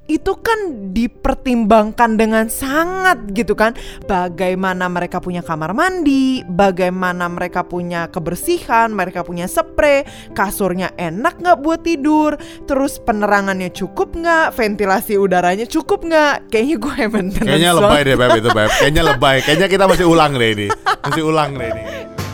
itu kan dipertimbangkan dengan sangat gitu kan. Bagaimana mereka punya kamar mandi, bagaimana mereka punya kebersihan, mereka punya spray, kasurnya enak gak buat tidur, terus penerangannya cukup gak, ventilasi udaranya cukup gak. Kayaknya gue maintenance. Kayaknya lebay deh Beb itu Beb. Kayaknya lebay. Kayaknya kita masih ulang deh ini. Masih ulang deh ini.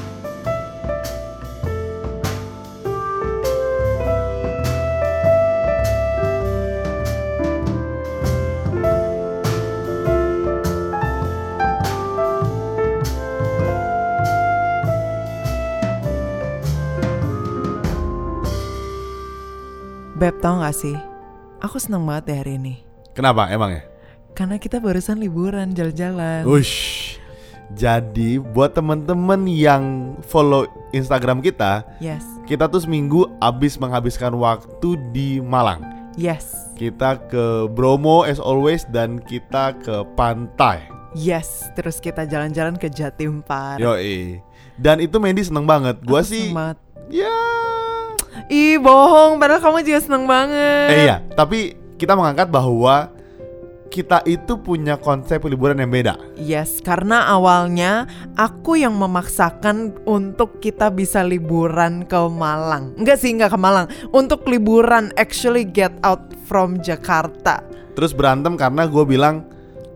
Beb, tau gak sih, aku seneng banget deh hari ini. Kenapa emang ya? Karena kita barusan liburan jalan-jalan. Ush. Jadi buat temen-temen yang follow Instagram kita, Yes. kita tuh seminggu abis menghabiskan waktu di Malang. Yes. Kita ke Bromo as always dan kita ke pantai. Yes. Terus kita jalan-jalan ke Jatim Park. Yoi. Dan itu Mandy seneng banget. Gua Aku sih seneng banget. ya. Ih bohong, padahal kamu juga seneng banget. Iya, tapi kita mengangkat bahwa kita itu punya konsep liburan yang beda. Yes, karena awalnya aku yang memaksakan untuk kita bisa liburan ke Malang. Enggak sih, enggak ke Malang. Untuk liburan, actually get out from Jakarta. Terus berantem karena gue bilang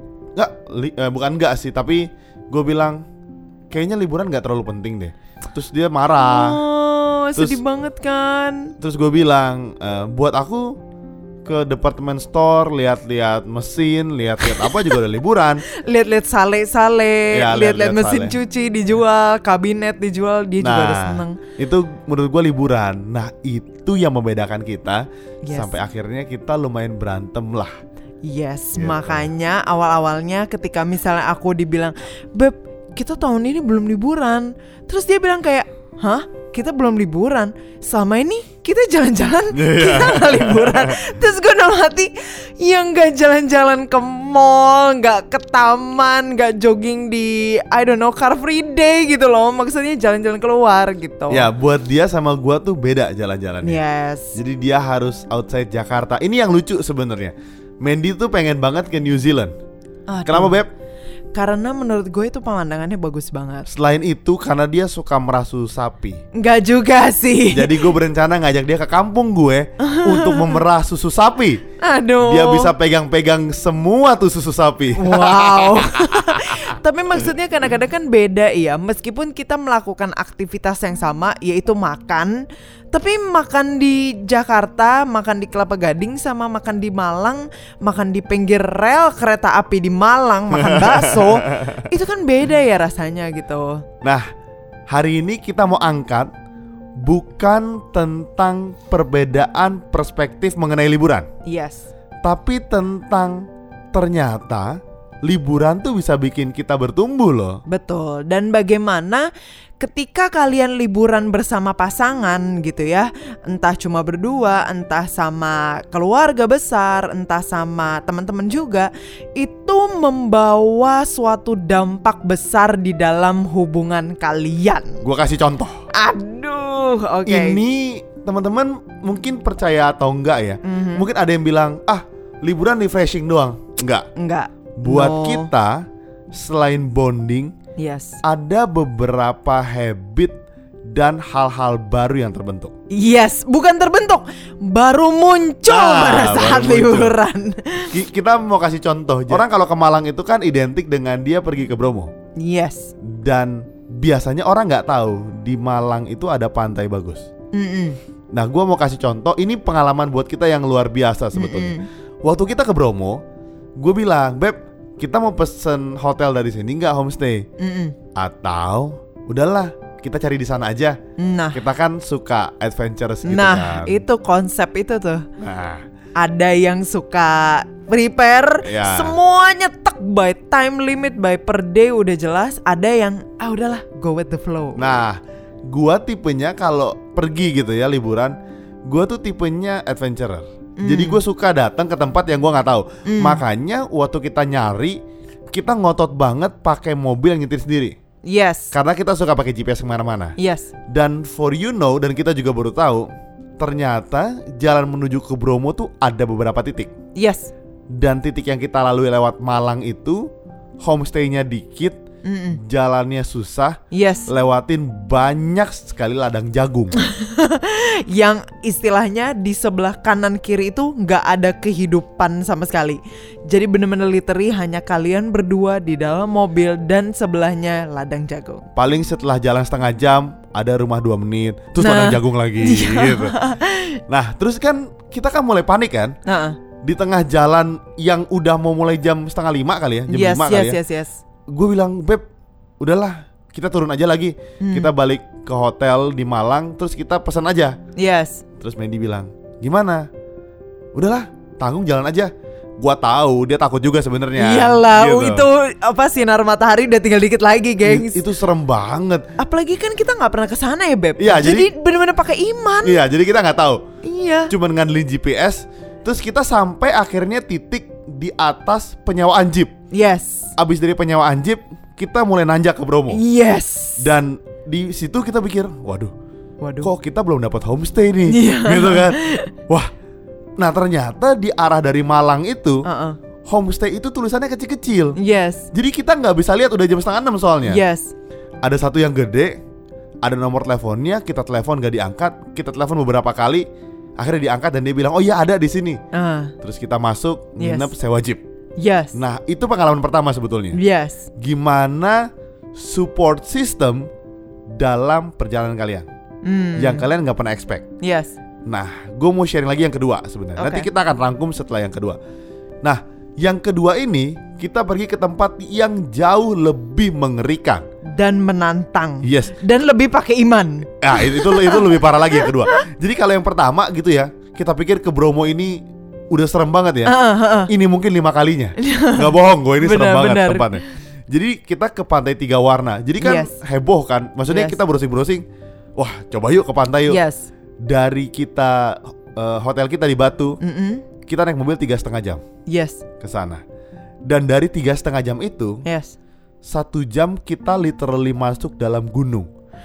bukan enggak sih, tapi gue bilang kayaknya liburan gak terlalu penting deh. Terus dia marah. Terus, sedih banget kan. Terus gue bilang, buat aku ke department store, lihat-lihat mesin, lihat-lihat apa juga udah liburan. Lihat-lihat sale-sale, Ya, lihat-lihat lihat-lihat mesin sale. cuci dijual, kabinet dijual, dia juga udah seneng. Itu menurut gue liburan. Nah itu yang membedakan kita. Yes. Sampai akhirnya kita lumayan berantem lah. Yes, Gitu. makanya awal-awalnya ketika misalnya aku dibilang, Beb, kita tahun ini belum liburan. Terus dia bilang kayak, hah? Kita belum liburan? Selama ini kita jalan-jalan, kita gak liburan. Terus gue dalam hati, yang gak jalan-jalan ke mall, gak ke taman, gak jogging di Car Free Day gitu loh. Maksudnya jalan-jalan keluar gitu. Ya buat dia sama gua tuh beda jalan-jalannya. Yes. Jadi dia harus outside Jakarta. Ini yang lucu sebenarnya. Mandy tuh pengen banget ke New Zealand. Aduh. Kenapa Beb? Karena menurut gue itu pemandangannya bagus banget. Selain itu karena dia suka merasu sapi. Enggak juga sih. Jadi gue berencana ngajak dia ke kampung gue untuk memerah susu sapi. Aduh. Dia bisa pegang-pegang semua tuh susu sapi. Wow. Tapi maksudnya kadang-kadang kan beda ya. Meskipun kita melakukan aktivitas yang sama, yaitu makan, tapi makan di Jakarta, makan di Kelapa Gading, sama makan di Malang, makan di pinggir rel kereta api di Malang, makan bakso, itu kan beda ya rasanya gitu. Nah, hari ini kita mau angkat bukan tentang perbedaan perspektif mengenai liburan, Yes. tapi tentang ternyata liburan tuh bisa bikin kita bertumbuh loh. Betul. Dan bagaimana ketika kalian liburan bersama pasangan gitu ya, entah cuma berdua, entah sama keluarga besar, entah sama teman-teman juga, itu membawa suatu dampak besar di dalam hubungan kalian. Gua kasih contoh. Aduh, oke. Ini teman-teman mungkin percaya atau enggak ya. Mungkin ada yang bilang, liburan refreshing doang. Enggak. Buat No. kita selain bonding, Yes. ada beberapa habit dan hal-hal baru yang terbentuk. Yes, bukan terbentuk, baru muncul pada saat baru muncul. liburan. Kita mau kasih contoh. Orang kalau ke Malang itu kan identik dengan dia pergi ke Bromo. Yes. Dan biasanya orang nggak tahu di Malang itu ada pantai bagus. Nah, gue mau kasih contoh. Ini pengalaman buat kita yang luar biasa sebetulnya. Waktu kita ke Bromo, gue bilang, Beb, kita mau pesen hotel dari sini nggak, homestay? Atau udahlah, kita cari di sana aja. Nah, Kita kan suka adventures gitu nah kan. itu konsep itu tuh. Nah, Ada yang suka prepare, Ya. semuanya tek by time limit, by per day udah jelas. Ada yang udahlah, go with the flow. Nah, gua tipenya kalau pergi gitu ya liburan, gua tuh tipenya adventurer. Jadi gue suka datang ke tempat yang gue nggak tahu. Makanya waktu kita nyari, kita ngotot banget pakai mobil yang nyetir sendiri. Yes. Karena kita suka pakai GPS kemana-mana. Yes. Dan for you know, dan kita juga baru tahu, ternyata jalan menuju ke Bromo tuh ada beberapa titik. Yes. Dan titik yang kita lalui lewat Malang itu homestay-nya dikit, jalannya susah, lewatin banyak sekali ladang jagung. Yang istilahnya di sebelah kanan kiri itu nggak ada kehidupan sama sekali. Jadi bener-bener literally hanya kalian berdua di dalam mobil dan sebelahnya ladang jagung. Paling setelah jalan setengah jam ada rumah 2 menit, terus ladang jagung lagi gitu. Nah terus kan kita kan mulai panik kan. Di tengah jalan yang udah mau mulai jam 4:30 kali ya, jam 5 kali ya. Gue bilang, Beb, udahlah kita turun aja lagi. Kita balik ke hotel di Malang, terus kita pesan aja. Terus Mandy bilang, gimana? Udahlah, tanggung jalan aja. Gua tahu dia takut juga sebenarnya. Iyalah, gitu. Itu apa, sinar matahari udah tinggal dikit lagi, gengs. Itu serem banget. Apalagi kan kita nggak pernah kesana ya, Beb. Iya, jadi benar-benar pakai iman. Iya, jadi kita nggak tahu. Iya. Cuman ngandelin GPS. Terus kita sampai akhirnya titik di atas penyewaan jeep. Abis dari penyewaan jeep, kita mulai nanjak ke Bromo. Dan di situ kita pikir, waduh, kok kita belum dapat homestay nih, gitu kan? Wah, nah ternyata di arah dari Malang itu, homestay itu tulisannya kecil-kecil. Jadi kita nggak bisa lihat udah jam 5:30 soalnya. Ada satu yang gede, ada nomor teleponnya, kita telepon gak diangkat, kita telepon beberapa kali. Akhirnya diangkat dan dia bilang, oh iya ada di sini. Terus kita masuk, nginep, sewa jeep. Nah itu pengalaman pertama sebetulnya. Gimana support system dalam perjalanan kalian, yang kalian gak pernah expect. Nah gue mau sharing lagi yang kedua sebenarnya. Nanti kita akan rangkum setelah yang kedua. Nah yang kedua ini kita pergi ke tempat yang jauh lebih mengerikan dan menantang. Dan lebih pakai iman. Nah itu lebih parah lagi yang kedua. Jadi kalau yang pertama gitu ya, kita pikir ke Bromo ini udah serem banget ya. Ini mungkin 5 kalinya. Gak bohong gue, ini serem banget tempatnya. Jadi kita ke Pantai 3 Warna. Jadi kan heboh kan. Maksudnya kita browsing-browsing, wah coba yuk ke pantai yuk. Dari kita hotel kita di Batu, kita naik mobil 3,5 jam ke sana. Dan dari 3,5 jam itu 1 jam kita literally masuk dalam gunung.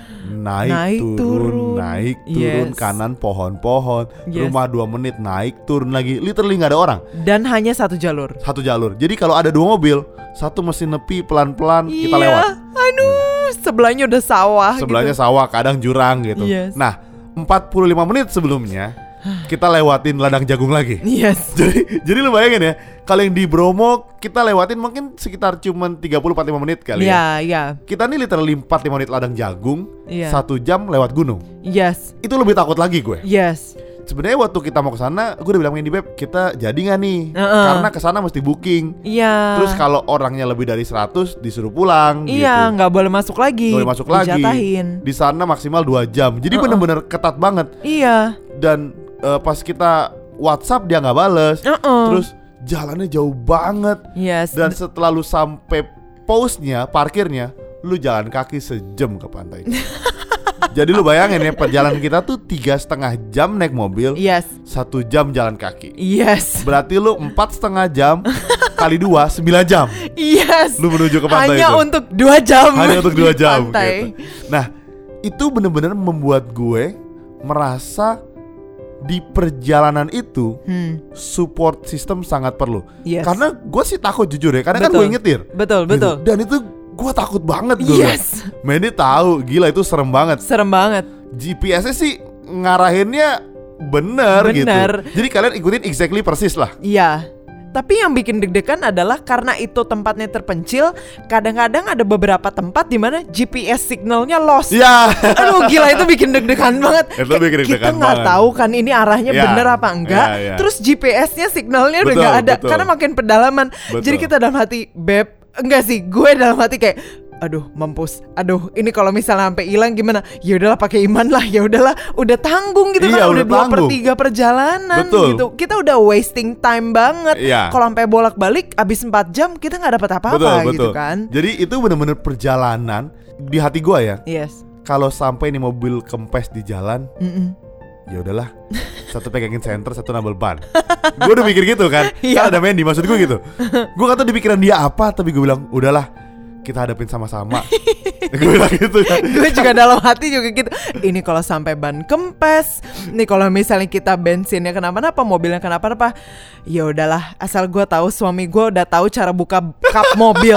Naik turun, kanan pohon-pohon, rumah 2 menit, naik turun lagi, literally gak ada orang. Dan hanya satu jalur. Jadi kalau ada 2 mobil, satu mesti nepi pelan-pelan, kita lewat. Aduh, sebelahnya udah sawah. Sebelahnya gitu. Sawah, kadang jurang gitu. Nah 45 menit sebelumnya kita lewatin ladang jagung lagi. Jadi lu bayangin ya, kalau yang di Bromo kita lewatin mungkin sekitar cuman 30-45 menit kali ya. Kita nih literally 45 menit ladang jagung, 1 jam lewat gunung. Itu lebih takut lagi gue. Sebenarnya waktu kita mau ke sana, gue udah bilang ini, Beb, kita jadi nggak nih? Karena ke sana mesti booking. Terus kalau orangnya lebih dari 100 disuruh pulang. Nggak boleh masuk lagi. Dijatahin. Di sana maksimal 2 jam. Jadi bener-bener ketat banget. Dan pas kita WhatsApp dia nggak bales. Terus jalannya jauh banget. Dan setelah lu sampai posnya, parkirnya, lu jalan kaki sejam ke pantai. Jadi lu bayangin ya, perjalanan kita tuh 3,5 jam naik mobil, 1 jam jalan kaki. Berarti lu 4,5 jam kali 2, 9 jam. Lu menuju ke pantai. Hanya itu untuk 2 jam. Hanya untuk 2 jam gitu. Nah itu bener-bener membuat gue merasa di perjalanan itu support system sangat perlu. Karena gue sih takut jujur ya, karena kan gue nyetir. Betul. Dan itu gue takut banget gue. Mandy tahu, gila itu serem banget. GPS-nya sih ngarahinnya bener gitu. Jadi kalian ikutin exactly persis lah. Tapi yang bikin deg-degan adalah karena itu tempatnya terpencil, kadang-kadang ada beberapa tempat di mana GPS signalnya lost. Aduh gila, itu bikin deg-degan banget. Kita nggak tahu kan ini arahnya bener apa enggak. Terus GPS-nya signalnya udah nggak ada karena makin pedalaman. Jadi kita dalam hati, Beb, enggak sih, gue dalam hati kayak, aduh mampus, aduh ini kalau misalnya sampai hilang gimana? Ya udahlah pakai iman lah, ya udahlah, udah tanggung gitu kan, udah 2/3 perjalanan gitu. Kita udah wasting time banget. Kalau sampai bolak-balik abis 4 jam kita nggak dapat apa-apa gitu kan. Jadi itu benar-benar perjalanan di hati gue ya. Kalau sampai nih mobil kempes di jalan, ya udahlah, satu pegangin senter, satu nambal ban. Gue udah mikir gitu kan. Kan ada Mandy, maksud gue gitu. Gue gak tau di pikiran dia apa, tapi gue bilang udahlah, kita hadapin sama-sama. Gue bilang gitu ya. Gue juga dalam hati juga gitu. Ini kalau sampai ban kempes, nih kalau misalnya kita bensinnya kenapa-napa, mobilnya kenapa-napa, ya udahlah, asal gue tahu suami gue udah tahu cara buka kap mobil.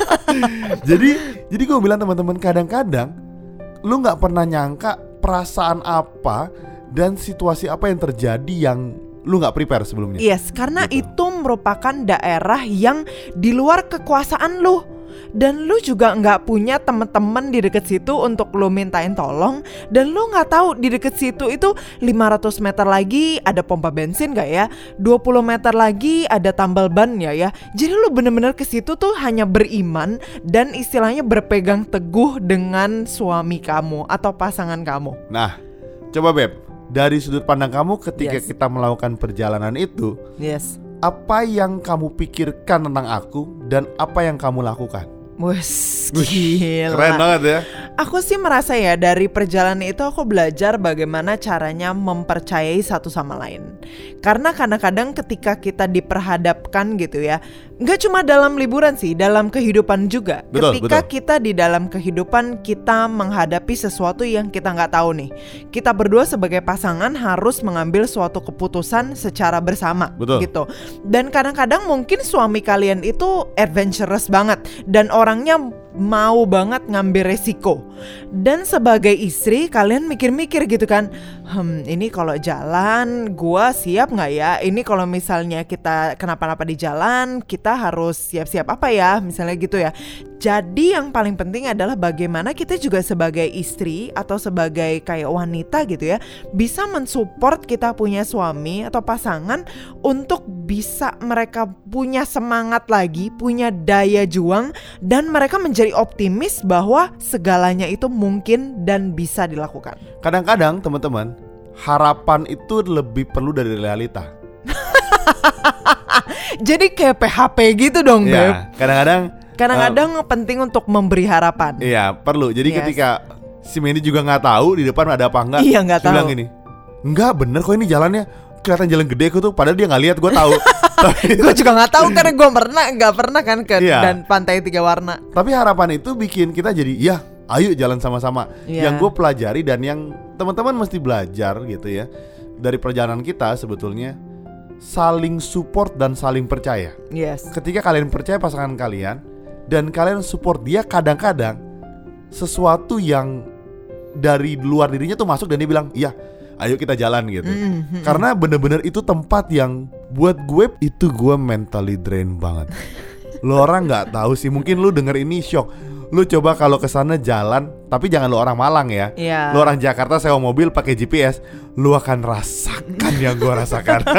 Jadi gue bilang teman-teman, kadang-kadang lu nggak pernah nyangka perasaan apa dan situasi apa yang terjadi yang lu nggak prepare sebelumnya. Yes, karena Gitu. itu merupakan daerah yang di luar kekuasaan lu. Dan lu juga nggak punya teman-teman di deket situ untuk lu mintain tolong. Dan lu nggak tahu di deket situ itu 500 meter lagi ada pompa bensin gak ya, 20 meter lagi ada tambal ban ya. Jadi lu bener-bener ke situ tuh hanya beriman dan istilahnya berpegang teguh dengan suami kamu atau pasangan kamu. Nah, coba Beb, dari sudut pandang kamu ketika Yes. kita melakukan perjalanan itu, Yes. apa yang kamu pikirkan tentang aku dan apa yang kamu lakukan? Wes, gila. Keren banget ya. Aku sih merasa ya dari perjalanan itu aku belajar bagaimana caranya mempercayai satu sama lain. Karena kadang-kadang ketika kita diperhadapkan gitu ya, nggak cuma dalam liburan sih, dalam kehidupan juga. Betul, Ketika betul. kita di dalam kehidupan kita menghadapi sesuatu yang kita nggak tahu nih, kita berdua sebagai pasangan harus mengambil suatu keputusan secara bersama. Betul. Gitu. Dan kadang-kadang mungkin suami kalian itu adventurous banget dan orangnya mau banget ngambil resiko. Dan sebagai istri kalian mikir-mikir gitu kan, ini kalau jalan gua siap gak ya? Ini kalau misalnya kita kenapa-napa di jalan, kita harus siap-siap apa ya? Misalnya gitu ya. Jadi yang paling penting adalah bagaimana kita juga sebagai istri atau sebagai kayak wanita gitu ya, bisa mensupport kita punya suami atau pasangan untuk bisa mereka punya semangat lagi, punya daya juang, dan mereka menjadi optimis bahwa segalanya itu mungkin dan bisa dilakukan. Kadang-kadang teman-teman, harapan itu lebih perlu dari realita. Jadi kayak PHP gitu dong, Beb. Ya, Kadang-kadang penting untuk memberi harapan. iya, perlu. Jadi Yes. ketika si Mandy juga nggak tahu di depan ada apa enggak, Iya, nggak dia bilang tahu. gini, enggak bener kok ini jalannya kelihatan jalan gede kok tuh, padahal dia nggak lihat, gue tahu. Gue juga nggak tahu karena gue nggak pernah kan ke Iya. dan pantai 3 warna. Tapi harapan itu bikin kita jadi, ya ayo jalan sama-sama. Iya. Yang gue pelajari dan yang teman-teman mesti belajar gitu ya dari perjalanan kita sebetulnya, saling support dan saling percaya. Yes. Ketika kalian percaya pasangan kalian dan kalian support dia, kadang-kadang sesuatu yang dari luar dirinya tuh masuk dan dia bilang, iya ayo kita jalan gitu. Karena bener-bener itu tempat yang buat gue itu gue mentally drain banget. Lo orang nggak tahu sih, mungkin lu denger ini shock. Lu coba kalau kesana jalan, tapi jangan lu orang Malang ya. Iya. Lu orang Jakarta sewa mobil pakai GPS, lu akan rasakan yang gue rasakan.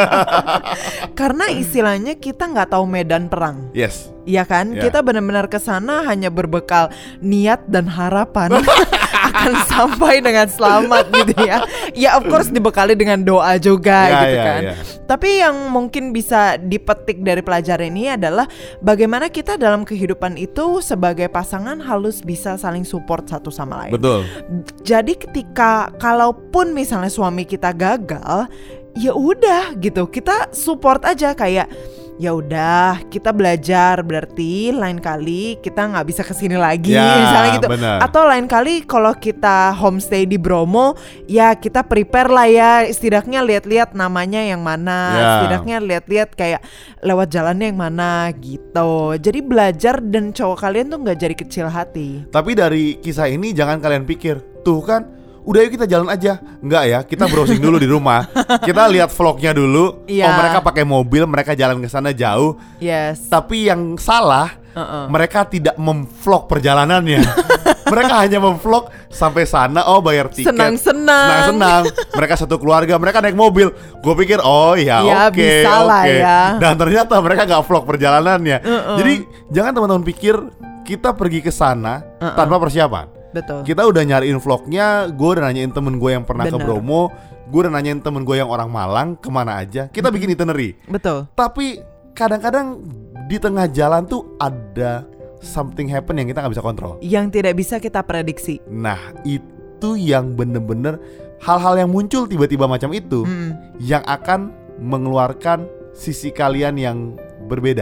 Karena istilahnya kita nggak tahu medan perang. Yes. Iya kan? Ya. Kita benar-benar kesana hanya berbekal niat dan harapan akan sampai dengan selamat gitu ya. Ya of course dibekali dengan doa juga Ya, gitu ya, kan. ya. Tapi yang mungkin bisa dipetik dari pelajaran ini adalah bagaimana kita dalam kehidupan itu sebagai pasangan harus bisa saling support satu sama lain. Betul. Jadi ketika kalaupun misalnya suami kita gagal, ya udah gitu, kita support aja kayak ya udah kita belajar, berarti lain kali kita nggak bisa kesini lagi Ya, misalnya gitu. benar. Atau lain kali kalau kita homestay di Bromo, ya kita prepare lah ya, setidaknya lihat-lihat namanya yang mana, Ya. setidaknya lihat-lihat kayak lewat jalannya yang mana gitu. Jadi belajar dan cowok kalian tuh nggak jadi kecil hati. Tapi dari kisah ini jangan kalian pikir, tuh kan udah yuk kita jalan aja. Enggak ya, kita browsing dulu di rumah. Kita lihat vlognya dulu. Iya. Oh mereka pakai mobil, mereka jalan ke sana jauh. Yes. Tapi yang salah, mereka tidak memvlog perjalanannya. Mereka hanya memvlog sampai sana, oh bayar tiket, senang-senang. Mereka satu keluarga, mereka naik mobil. Gue pikir, oh ya Ya, oke, bisa lah oke. ya. Dan ternyata mereka nggak vlog perjalanannya. Jadi jangan teman-teman pikir kita pergi ke sana tanpa persiapan. Betul. Kita udah nyariin vlognya, gue udah nanyain temen gue yang pernah ke Bener. Bromo, gue udah nanyain temen gue yang orang Malang kemana aja. Kita bikin itinerary. Betul. Tapi kadang-kadang di tengah jalan tuh ada something happen yang kita nggak bisa kontrol. Yang tidak bisa kita prediksi. Nah itu yang bener-bener hal-hal yang muncul tiba-tiba macam itu yang akan mengeluarkan sisi kalian yang berbeda.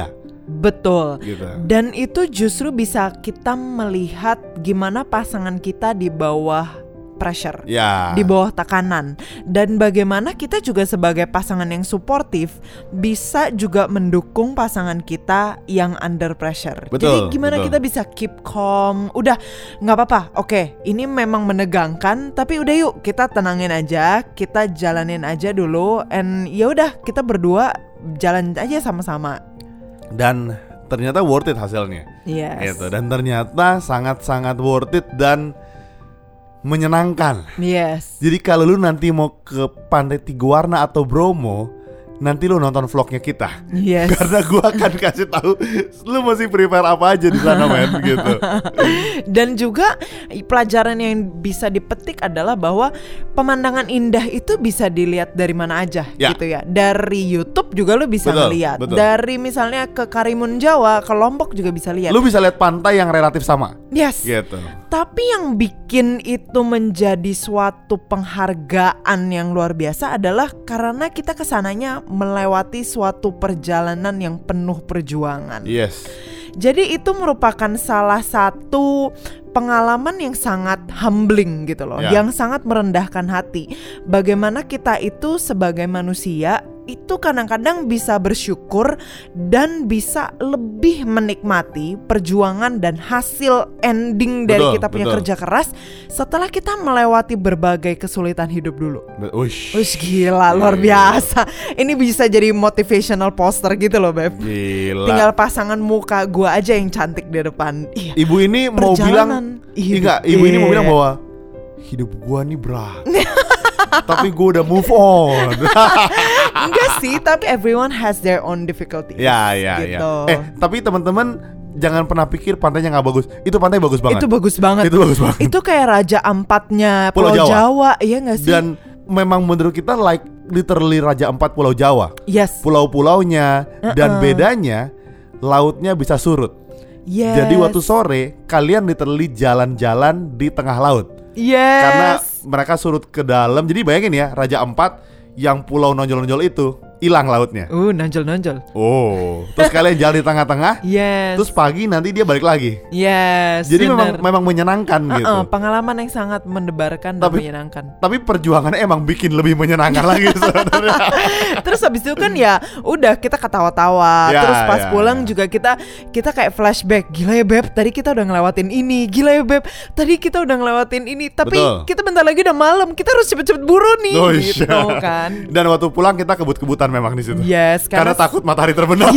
Betul. gitu. Dan itu justru bisa kita melihat gimana pasangan kita di bawah pressure, Ya. di bawah tekanan, dan bagaimana kita juga sebagai pasangan yang suportif bisa juga mendukung pasangan kita yang under pressure. Betul, Jadi gimana betul. kita bisa keep calm, udah nggak apa-apa, oke, ini memang menegangkan, tapi udah yuk kita tenangin aja, kita jalanin aja dulu, and ya udah kita berdua jalan aja sama-sama. Dan ternyata worth it hasilnya. Yes. Gitu. Dan ternyata sangat-sangat worth it dan menyenangkan. Yes. Jadi kalau lu nanti mau ke Pantai Tiga Warna atau Bromo, nanti lu nonton vlognya kita. Yes. Karena gua akan kasih tahu lu mesti prepare apa aja di sana, men, gitu. Dan juga pelajaran yang bisa dipetik adalah bahwa pemandangan indah itu bisa dilihat dari mana aja, Ya. gitu ya. Dari YouTube juga lu bisa Betul, ngeliat. betul. Dari misalnya ke Karimun Jawa, ke Lombok juga bisa lihat. Lu bisa lihat pantai yang relatif sama. Yes. Gitu. Tapi yang bikin itu menjadi suatu penghargaan yang luar biasa adalah karena kita kesananya melewati suatu perjalanan yang penuh perjuangan. Yes. Jadi itu merupakan salah satu pengalaman yang sangat humbling gitu loh, Ya. yang sangat merendahkan hati. Bagaimana kita itu sebagai manusia itu kadang-kadang bisa bersyukur dan bisa lebih menikmati perjuangan dan hasil ending dari Betul, kita punya betul. kerja keras setelah kita melewati berbagai kesulitan hidup dulu. Ush. Wih gila, luar Gila. biasa. Ini bisa jadi motivational poster gitu loh, Beb. Gila. Tinggal pasangan muka gua aja yang cantik di depan. Iya. Ibu ini mau bilang hidup. enggak, ibu ini mau Iya. bilang bahwa hidup gua nih berat. Tapi gua udah move on. Enggak sih, tapi everyone has their own difficulties. Ya. Gitu. Tapi teman-teman jangan pernah pikir pantainya nggak bagus. Itu pantai bagus banget. Itu bagus banget. Itu bagus banget. Itu kayak Raja Ampatnya Pulau Pulau Jawa. Jawa, iya nggak sih? Dan memang menurut kita like literally Raja Ampat Pulau Jawa. Yes. Pulau-pulaunya dan bedanya lautnya bisa surut. Yes. Jadi waktu sore kalian literally jalan-jalan di tengah laut. Yes. Karena mereka surut ke dalam. Jadi bayangin ya, Raja Ampat yang pulau nonjol-nonjol itu hilang lautnya. nonjol. Oh, terus kalian jalan di tengah-tengah. Yes. Terus pagi nanti dia balik lagi. Yes. Jadi bener. memang menyenangkan gitu. Pengalaman yang sangat mendebarkan dan Tapi- menyenangkan. Tapi perjuangannya emang bikin lebih menyenangkan lagi sebenarnya. Terus habis itu kan ya udah kita ketawa-tawa. Ya, Terus pas ya, pulang ya. juga kita kayak flashback. Gila ya Beb, tadi kita udah ngelewatin ini. Gila ya Beb, tadi kita udah ngelewatin ini. Tapi Betul. kita bentar lagi udah malam. Kita harus cepet-cepet buru nih. Oh, gitu iya. kan. Dan waktu pulang kita kebut-kebutan memang di situ. Yes, Karena takut matahari terbenam.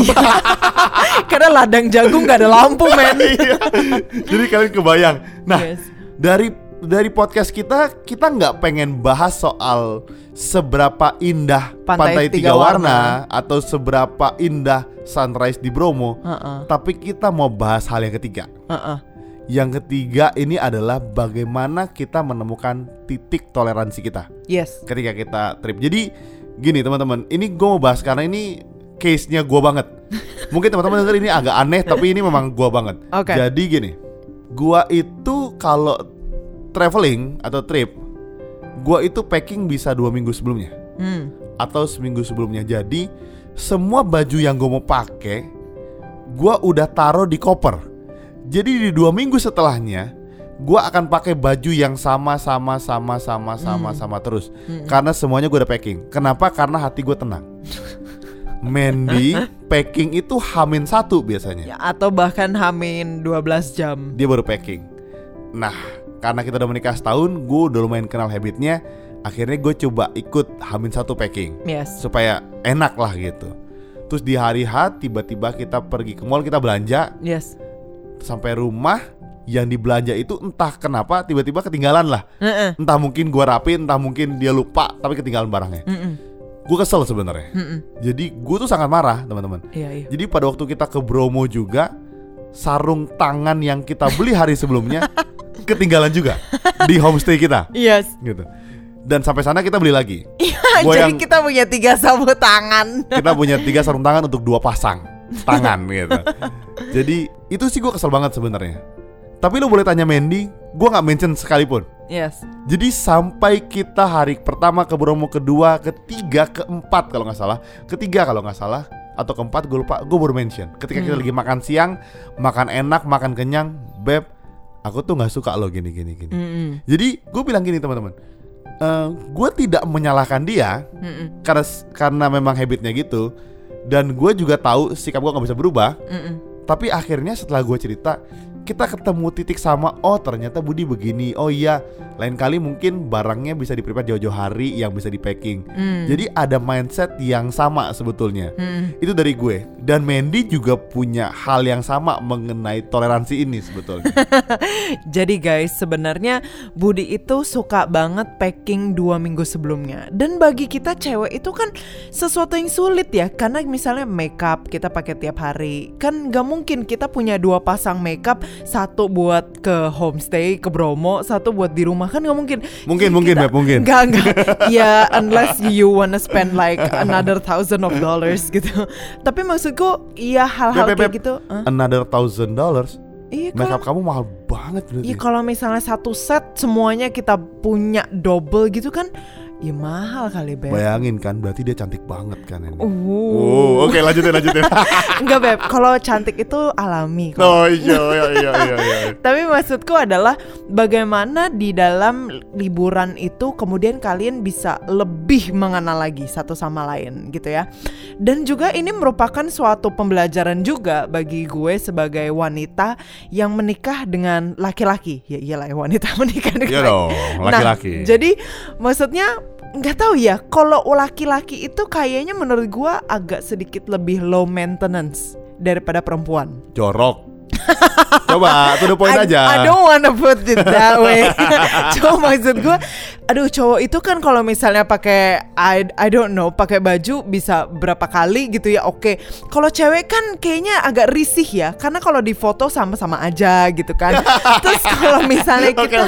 karena ladang jagung gak ada lampu men. Iya. Jadi kalian kebayang. Nah, Yes. dari podcast kita nggak pengen bahas soal seberapa indah Pantai Pantai Tiga Tiga Warna atau seberapa indah sunrise di Bromo. Tapi kita mau bahas hal yang ketiga. Yang ketiga ini adalah bagaimana kita menemukan titik toleransi kita Yes. ketika kita trip. Jadi gini teman-teman, ini gue mau bahas karena ini case-nya gue banget. Mungkin teman-teman denger ini agak aneh, tapi ini memang gue banget. Oke. Jadi gini, gue itu kalau traveling atau trip, gue itu packing bisa 2 minggu sebelumnya atau seminggu sebelumnya. Jadi semua baju yang gue mau pakai, gue udah taruh di koper. Jadi di 2 minggu setelahnya, gue akan pakai baju yang sama terus. Karena semuanya gue udah packing. Kenapa? Karena hati gue tenang. Mandy packing itu H-1 biasanya. Ya, atau bahkan hamin 12 jam. Dia baru packing. Nah, karena kita udah menikah setahun, gue udah lumayan kenal habitnya. Akhirnya gue coba ikut H-1 packing Yes. supaya enak lah gitu. Terus di hari H tiba-tiba kita pergi ke mall, kita belanja. Yes. Sampai rumah, yang dibelanja itu entah kenapa tiba-tiba ketinggalan lah. Entah mungkin gua rapi, entah mungkin dia lupa, tapi ketinggalan barangnya. Gue kesel sebenarnya. Jadi gue tuh sangat marah teman-teman. Iya. Jadi pada waktu kita ke Bromo juga, sarung tangan yang kita beli hari sebelumnya ketinggalan juga di homestay kita. Yes. Gitu. Dan sampai sana kita beli lagi. Gua Jadi yang- kita punya 3 sapu tangan. Kita punya 3 sarung tangan untuk 2 pasang tangan gitu. Jadi itu sih gue kesel banget sebenarnya. Tapi lo boleh tanya Mandy, gue nggak mention sekalipun. Yes. Jadi sampai kita hari pertama ke Bromo, kedua, ketiga, keempat kalau nggak salah, ketiga kalau nggak salah, atau keempat gue lupa, gue baru mention ketika kita lagi makan siang, makan enak, makan kenyang, beb, aku tuh nggak suka lo gini. Jadi gue bilang gini teman-teman, gue tidak menyalahkan dia karena memang habitnya gitu, dan gue juga tahu sikap gue nggak bisa berubah. Tapi akhirnya setelah gue cerita, kita ketemu titik sama, oh ternyata Budi begini, oh iya lain kali mungkin barangnya bisa di-prepare jauh-jauh hari yang bisa di-packing. Jadi ada mindset yang sama sebetulnya. Itu dari gue. Dan Mandy juga punya hal yang sama mengenai toleransi ini sebetulnya. Jadi guys, sebenarnya Budi itu suka banget packing 2 minggu sebelumnya. Dan bagi kita cewek itu kan sesuatu yang sulit ya, karena misalnya makeup kita pakai tiap hari, kan gak mungkin kita punya 2 pasang makeup, satu buat ke homestay ke Bromo, satu buat di rumah, kan gak mungkin. Mungkin Enggak. Ya unless you wanna spend like another $1,000 gitu. Tapi maksudku ya hal-hal kayak gitu. Another $1,000? Iya, makeup kamu mahal banget berarti. Iya, kalau misalnya satu set semuanya kita punya double gitu kan, ya mahal kali, Beb. Bayangin kan, berarti dia cantik banget kan ini. Oke, lanjutin. Enggak, Beb, kalau cantik itu alami kok. Oh iya. Tapi maksudku adalah bagaimana di dalam liburan itu kemudian kalian bisa lebih mengenal lagi satu sama lain gitu ya. Dan juga ini merupakan suatu pembelajaran juga bagi gue sebagai wanita yang menikah dengan laki-laki. Ya iyalah, wanita menikah dengan iya dong, laki-laki. Nah, jadi maksudnya nggak tahu ya, kalau laki-laki itu kayaknya menurut gue agak sedikit lebih low maintenance daripada perempuan. Jorok. Coba to the point aja. I don't wanna put it that way. Cuma maksud gue, aduh, cowok itu kan kalau misalnya pakai I don't know, pakai baju bisa berapa kali gitu ya, oke. Kalau cewek kan kayaknya agak risih ya, karena kalau di foto sama-sama aja gitu kan. Terus kalau misalnya kita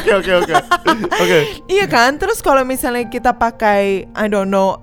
Oke. Iya kan, terus kalau misalnya kita pakai I don't know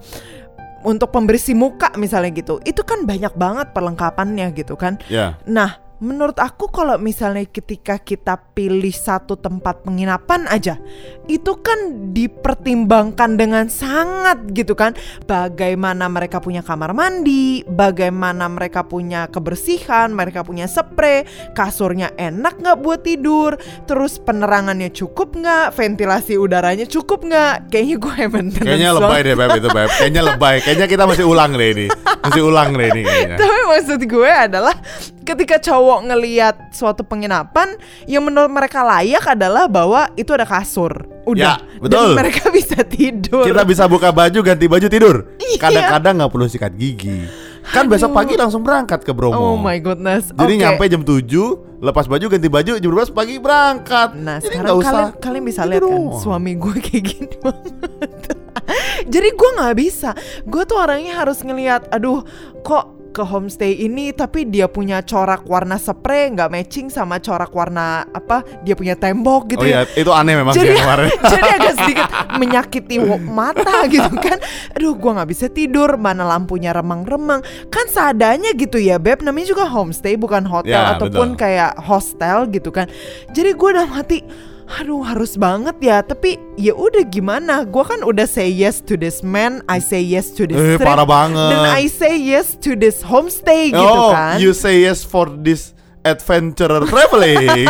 untuk pembersih muka misalnya gitu, itu kan banyak banget perlengkapannya gitu kan. Nah, menurut aku kalau misalnya ketika kita pilih satu tempat penginapan aja, itu kan dipertimbangkan dengan sangat gitu kan. Bagaimana mereka punya kamar mandi, bagaimana mereka punya kebersihan, mereka punya spray, kasurnya enak gak buat tidur, terus penerangannya cukup gak, ventilasi udaranya cukup gak. Kayaknya gue maintenance. Kayaknya lebay deh Beb itu Beb. Kayaknya lebay. Kayaknya kita masih ulang deh ini kayaknya. Tapi maksud gue adalah ketika cowok ngelihat suatu penginapan, yang menurut mereka layak adalah bahwa itu ada kasur. Udah, ya, betul. Dan mereka bisa tidur. Kita bisa buka baju, ganti baju, tidur. Iya. Kadang-kadang gak perlu sikat gigi. Kan besok pagi langsung berangkat ke Bromo. Oh my goodness. Jadi nyampe jam 7, lepas baju, ganti baju, jam 12 pagi berangkat. Nah, jadi sekarang kalian bisa lihat kan suami gue kayak gini banget. Jadi gue gak bisa. Gue tuh orangnya harus ngelihat, aduh kok ke homestay ini tapi dia punya corak warna spray nggak matching sama corak warna apa dia punya tembok gitu. Oh iya, itu aneh memang jadi, kemarin. Jadi agak sedikit menyakiti mata gitu kan. Aduh, gue nggak bisa tidur, mana lampunya remang-remang. Kan seadanya gitu ya, Beb, namanya juga homestay bukan hotel ya, ataupun betul. kayak hostel gitu kan. Jadi gue udah mati, aduh harus banget ya. Tapi ya udah gimana, gue kan udah say yes to this man, I say yes to this trip, parah banget. dan I say yes to this homestay gitu kan. You say yes for this adventurer traveling.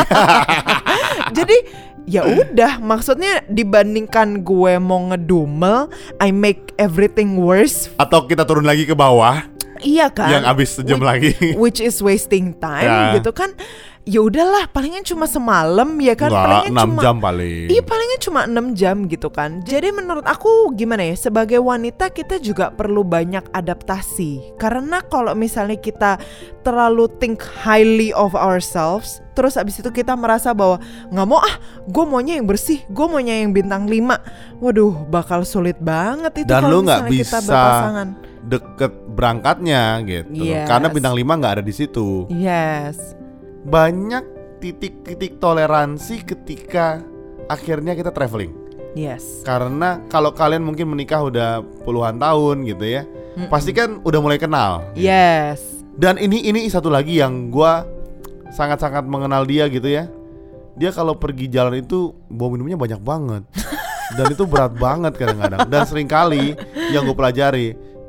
Jadi ya udah, maksudnya dibandingkan gue mau ngedumel, I make everything worse. Atau kita turun lagi ke bawah. Iya kan, yang abis sejam lagi, which is wasting time ya. Gitu kan. Ya udahlah, palingan cuma semalam ya kan. Enggak, palingan 6 jam paling. Iya, palingnya cuma 6 jam gitu kan. Jadi menurut aku gimana ya, sebagai wanita kita juga perlu banyak adaptasi. Karena kalau misalnya kita terlalu think highly of ourselves, terus abis itu kita merasa bahwa gak mau gue maunya yang bersih, gue maunya yang bintang 5. Waduh, bakal sulit banget itu. Dan lu gak bisa kita berpasangan deket berangkatnya gitu. Karena bintang 5 gak ada di situ. Yes. Banyak titik-titik toleransi ketika akhirnya kita traveling. Yes. Karena kalau kalian mungkin menikah udah puluhan tahun gitu ya, pasti kan udah mulai kenal. Yes. Dan ini satu lagi yang gue sangat-sangat mengenal dia gitu ya. Dia kalau pergi jalan itu bawa minumnya banyak banget. Dan itu berat banget kadang-kadang. Dan seringkali yang gue pelajari,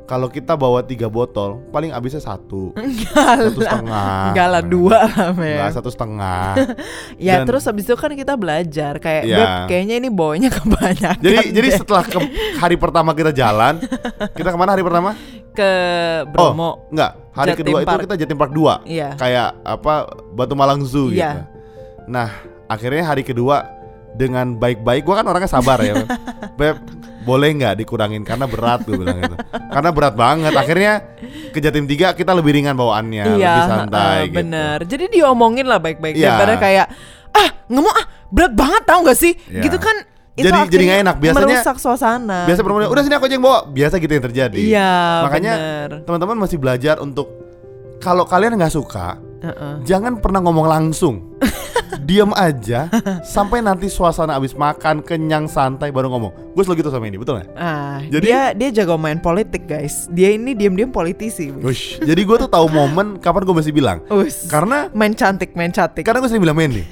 kalau kita bawa 3 botol, paling habisnya 1, 1,5. Enggak lah, 2 lah, Enggak, 1,5. Ya terus habis itu kan kita belajar kayak Beb, kayaknya ini bawanya kebanyakan. Jadi setelah hari pertama kita jalan, kita kemana hari pertama? Ke Bromo. Enggak, hari kedua itu kita Jatim Park 2. Iya. Kayak Batu Malang Zoo gitu. Nah, akhirnya hari kedua dengan baik-baik, gue kan orangnya sabar ya. Beb, boleh nggak dikurangin karena berat, gue bilang gitu. Karena berat banget. Akhirnya ke Jatim 3 kita lebih ringan bawaannya, lebih santai gitu. Bener. Jadi diomongin lah baik-baik daripada kayak nggak mau berat banget, tau nggak sih? Gitu kan. Jadi nggak enak. Biasanya merusak suasana. Biasa perempuan udah sini aku aja yang bawa. Biasa gitu yang terjadi. Iya. Makanya teman-teman masih belajar untuk kalau kalian nggak suka, jangan pernah ngomong langsung. Diam aja sampai nanti suasana abis makan kenyang santai baru ngomong. Gue selalu gitu sama ini, betul nggak? Jadi dia jago main politik, guys. Dia ini diam-diam politisi. Jadi gue tuh tahu momen kapan gue mesti bilang. Karena main cantik. Karena gue sering bilang Mendy,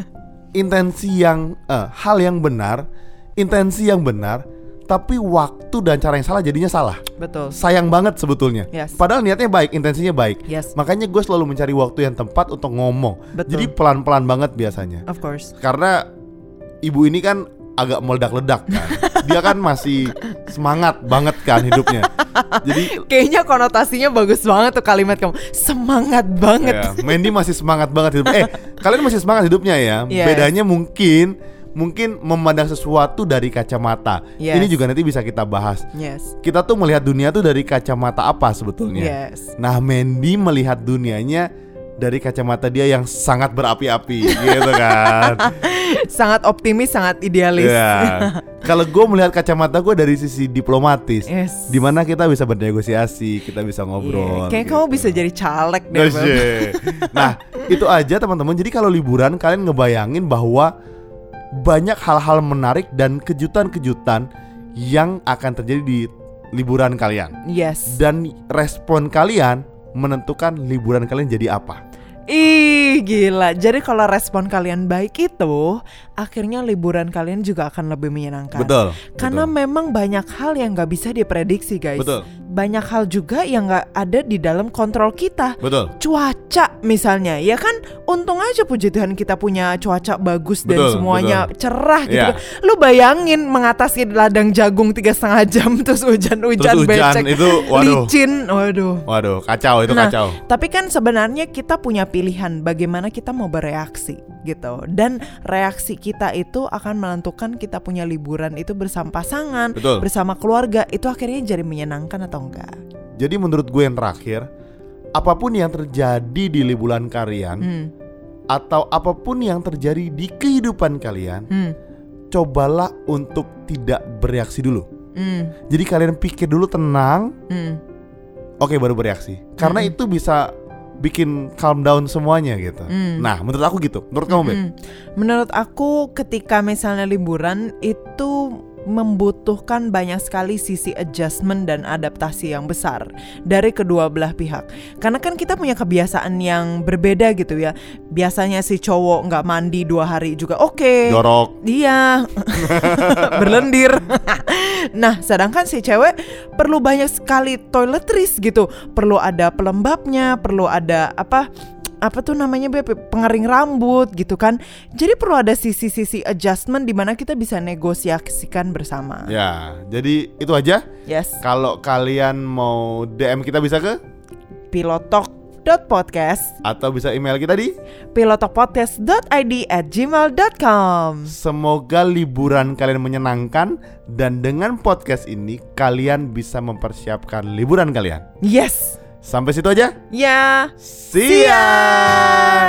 intensi yang hal yang benar, intensi yang benar, tapi waktu dan cara yang salah jadinya salah. Betul. Sayang banget sebetulnya. Padahal niatnya baik, intensinya baik. Makanya gue selalu mencari waktu yang tepat untuk ngomong. Betul. Jadi pelan-pelan banget biasanya. Of course. Karena ibu ini kan agak meledak-ledak kan. Dia kan masih semangat banget kan hidupnya. Jadi kayaknya konotasinya bagus banget tuh kalimat kamu. Semangat banget. Mendy masih semangat banget hidup. Kalian masih semangat hidupnya ya. Bedanya mungkin memandang sesuatu dari kacamata. Ini juga nanti bisa kita bahas. Kita tuh melihat dunia tuh dari kacamata apa sebetulnya. Nah, Mendy melihat dunianya dari kacamata dia yang sangat berapi-api gitu kan. Sangat optimis, sangat idealis. Kalau gue melihat kacamata gue dari sisi diplomatis, dimana kita bisa bernegosiasi, kita bisa ngobrol. Kayak gitu. kamu bisa jadi caleg deh. Nah, itu aja teman-teman. Jadi kalau liburan kalian ngebayangin bahwa banyak hal-hal menarik dan kejutan-kejutan yang akan terjadi di liburan kalian. Dan respon kalian menentukan liburan kalian jadi apa. Ih, gila. Jadi kalau respon kalian baik itu, akhirnya liburan kalian juga akan lebih menyenangkan. Betul. Karena memang banyak hal yang gak bisa diprediksi, guys. Betul. Banyak hal juga yang gak ada di dalam kontrol kita. Betul. Cuaca misalnya, ya kan. Untung aja puji Tuhan kita punya cuaca bagus dan semuanya cerah gitu kan. Lu bayangin mengatasi ladang jagung 3,5 jam terus hujan-hujan becek, itu, licin. Waduh, kacau itu. Kacau. Tapi kan sebenarnya kita punya pilihan bagaimana kita mau bereaksi gitu. Dan reaksi kita itu akan menentukan kita punya liburan itu bersama pasangan, bersama keluarga, itu akhirnya jadi menyenangkan atau enggak. Jadi menurut gue yang terakhir, apapun yang terjadi di liburan kalian atau apapun yang terjadi di kehidupan kalian, cobalah untuk tidak bereaksi dulu. Jadi kalian pikir dulu, tenang, oke, baru bereaksi. Karena itu bisa bikin calm down semuanya gitu. Nah, menurut aku gitu. Menurut kamu, Beb? Menurut aku ketika misalnya liburan itu membutuhkan banyak sekali sisi adjustment dan adaptasi yang besar dari kedua belah pihak. Karena kan kita punya kebiasaan yang berbeda gitu ya. Biasanya si cowok nggak mandi 2 hari juga oke. Jorok. Iya. Berlendir. Nah, sedangkan si cewek perlu banyak sekali toiletries gitu. Perlu ada pelembabnya, perlu ada apa tuh namanya, pengering rambut gitu kan. Jadi perlu ada sisi-sisi adjustment di mana kita bisa negosiasikan bersama. Ya, jadi itu aja. Kalau kalian mau DM kita bisa ke pilotalk.podcast atau bisa email kita di pilotalkpodcast.id@gmail.com. Semoga liburan kalian menyenangkan dan dengan podcast ini kalian bisa mempersiapkan liburan kalian. Sampai situ aja. Ya. See ya.